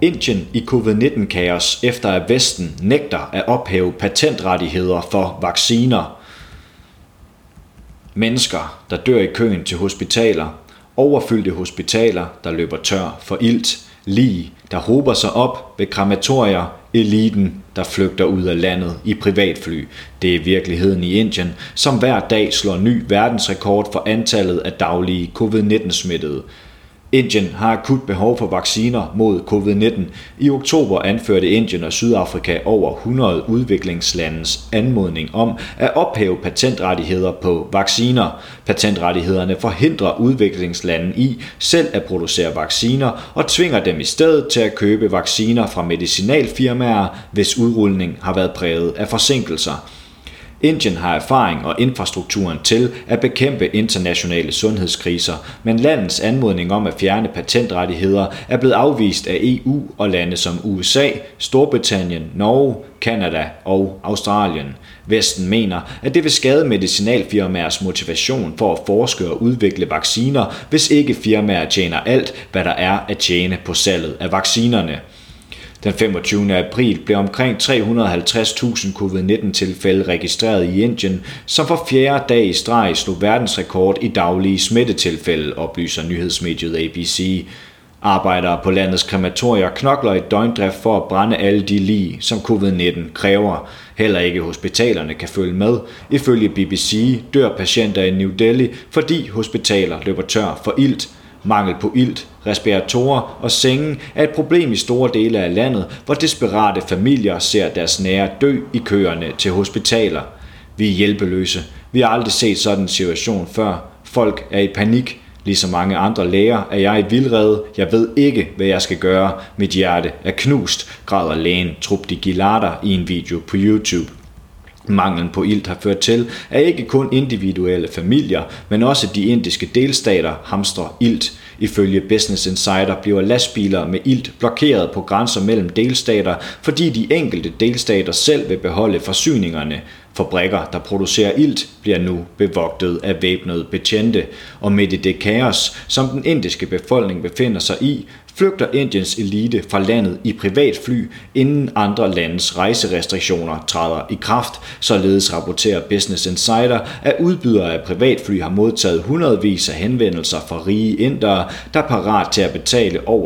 Indien i covid-19-kaos efter at Vesten nægter at ophæve patentrettigheder for vacciner. Mennesker, der dør i køen til hospitaler. Overfyldte hospitaler, der løber tør for ilt. Lig, der hober sig op ved krematorier. Eliten, der flygter ud af landet i privatfly. Det er virkeligheden i Indien, som hver dag slår ny verdensrekord for antallet af daglige covid-19-smittede. Indien har akut behov for vacciner mod covid-19. I oktober anførte Indien og Sydafrika over 100 udviklingslandes anmodning om at ophæve patentrettigheder på vacciner. Patentrettighederne forhindrer udviklingslande i selv at producere vacciner og tvinger dem i stedet til at købe vacciner fra medicinalfirmaer, hvis udrulning har været præget af forsinkelser. Indien har erfaring og infrastrukturen til at bekæmpe internationale sundhedskriser, men landets anmodning om at fjerne patentrettigheder er blevet afvist af EU og lande som USA, Storbritannien, Norge, Canada og Australien. Vesten mener, at det vil skade medicinalfirmaers motivation for at forske og udvikle vacciner, hvis ikke firmaer tjener alt, hvad der er at tjene på salget af vaccinerne. Den 25. april blev omkring 350.000 covid-19-tilfælde registreret i Indien, som for fjerde dag i streg slog verdensrekord i daglige smittetilfælde, oplyser nyhedsmediet ABC. Arbejdere på landets krematorier knokler i døgndrift for at brænde alle de lig, som covid-19 kræver. Heller ikke hospitalerne kan følge med. Ifølge BBC dør patienter i New Delhi, fordi hospitaler løber tør for ilt. Mangel på ilt, respiratorer og senge er et problem i store dele af landet, hvor desperate familier ser deres nære dø i køerne til hospitaler. Vi er hjælpeløse. Vi har aldrig set sådan en situation før. Folk er i panik. Ligesom mange andre læger er jeg i vildrede. Jeg ved ikke, hvad jeg skal gøre. Mit hjerte er knust, græder lægen Trupti Gilada i en video på YouTube. Manglen på ilt har ført til, at ikke kun individuelle familier, men også de indiske delstater hamstrer ilt. Ifølge Business Insider bliver lastbiler med ilt blokeret på grænser mellem delstater, fordi de enkelte delstater selv vil beholde forsyningerne. Fabrikker, der producerer ilt, bliver nu bevogtet af væbnede betjente, og midt i det kaos, som den indiske befolkning befinder sig i, flygter Indiens elite fra landet i privatfly, inden andre landes rejserestriktioner træder i kraft. Således rapporterer Business Insider, at udbydere af privatfly har modtaget hundredvis af henvendelser fra rige indere, der er parat til at betale over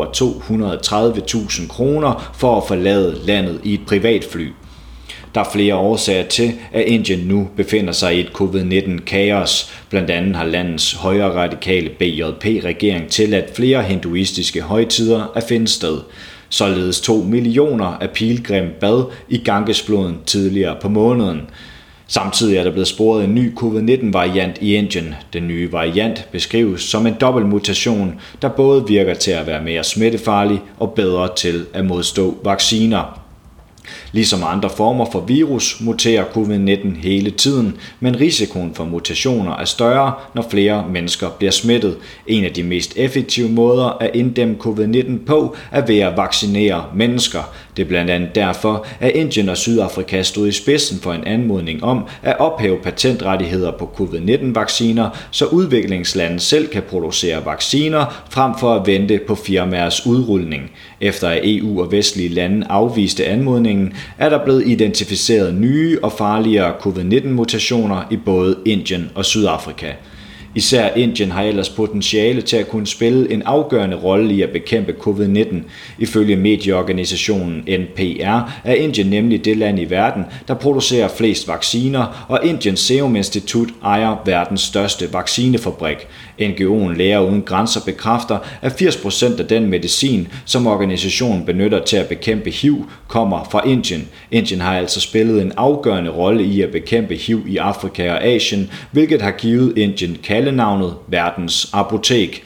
230.000 kroner for at forlade landet i et privatfly. Der er flere årsager til, at Indien nu befinder sig i et covid-19-kaos. Blandt andet har landets højre radikale BJP-regering tilladt flere hinduistiske højtider at finde sted. Således 2 millioner af pilgrim bad i Gangesfloden tidligere på måneden. Samtidig er der blevet sporet en ny covid-19-variant i Indien. Den nye variant beskrives som en dobbeltmutation, der både virker til at være mere smittefarlig og bedre til at modstå vacciner. Ligesom andre former for virus muterer covid-19 hele tiden, men risikoen for mutationer er større, når flere mennesker bliver smittet. En af de mest effektive måder at inddæmme covid-19 på er ved at vaccinere mennesker. Det er blandt andet derfor, at Indien og Sydafrika stod i spidsen for en anmodning om at ophæve patentrettigheder på covid-19-vacciner, så udviklingslande selv kan producere vacciner frem for at vente på firmaers udrulning. Efter at EU og vestlige lande afviste anmodningen, er der blevet identificeret nye og farligere covid-19-mutationer i både Indien og Sydafrika. Især Indien har ellers potentiale til at kunne spille en afgørende rolle i at bekæmpe covid-19. Ifølge medieorganisationen NPR er Indien nemlig det land i verden, der producerer flest vacciner, og Indiens Serum Institut ejer verdens største vaccinefabrik. NGO'en Læger Uden Grænser bekræfter, at 80% af den medicin, som organisationen benytter til at bekæmpe HIV, kommer fra Indien. Indien har altså spillet en afgørende rolle i at bekæmpe HIV i Afrika og Asien, hvilket har givet Indien kaldenavnet verdens apotek.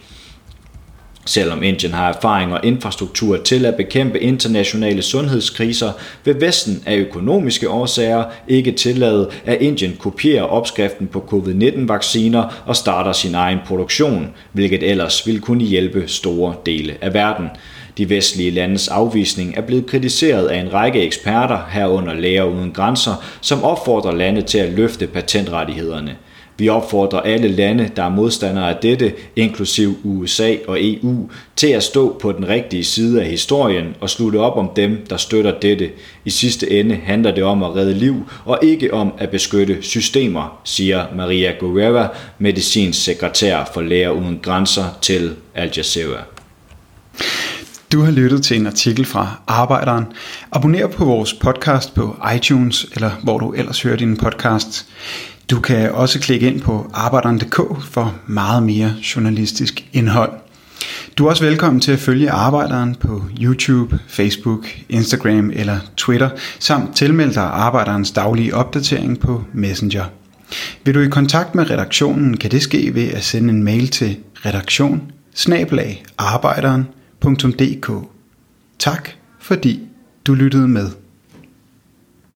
Selvom Indien har erfaring og infrastruktur til at bekæmpe internationale sundhedskriser, vil Vesten af økonomiske årsager ikke tillade, at Indien kopierer opskriften på covid-19-vacciner og starter sin egen produktion, hvilket ellers ville kunne hjælpe store dele af verden. De vestlige landes afvisning er blevet kritiseret af en række eksperter, herunder Læger Uden Grænser, som opfordrer lande til at løfte patentrettighederne. Vi opfordrer alle lande, der er modstandere af dette, inklusiv USA og EU, til at stå på den rigtige side af historien og slutte op om dem, der støtter dette. I sidste ende handler det om at redde liv og ikke om at beskytte systemer, siger Maria Guerra, medicinsk sekretær for Læger Uden Grænser til Al Jazeera. Du har lyttet til en artikel fra Arbejderen. Abonner på vores podcast på iTunes, eller hvor du ellers hører dine podcasts. Du kan også klikke ind på arbejderen.dk for meget mere journalistisk indhold. Du er også velkommen til at følge Arbejderen på YouTube, Facebook, Instagram eller Twitter, samt tilmelde dig Arbejderens daglige opdatering på Messenger. Vil du i kontakt med redaktionen, kan det ske ved at sende en mail til redaktion@arbejderen.dk. Tak fordi du lyttede med.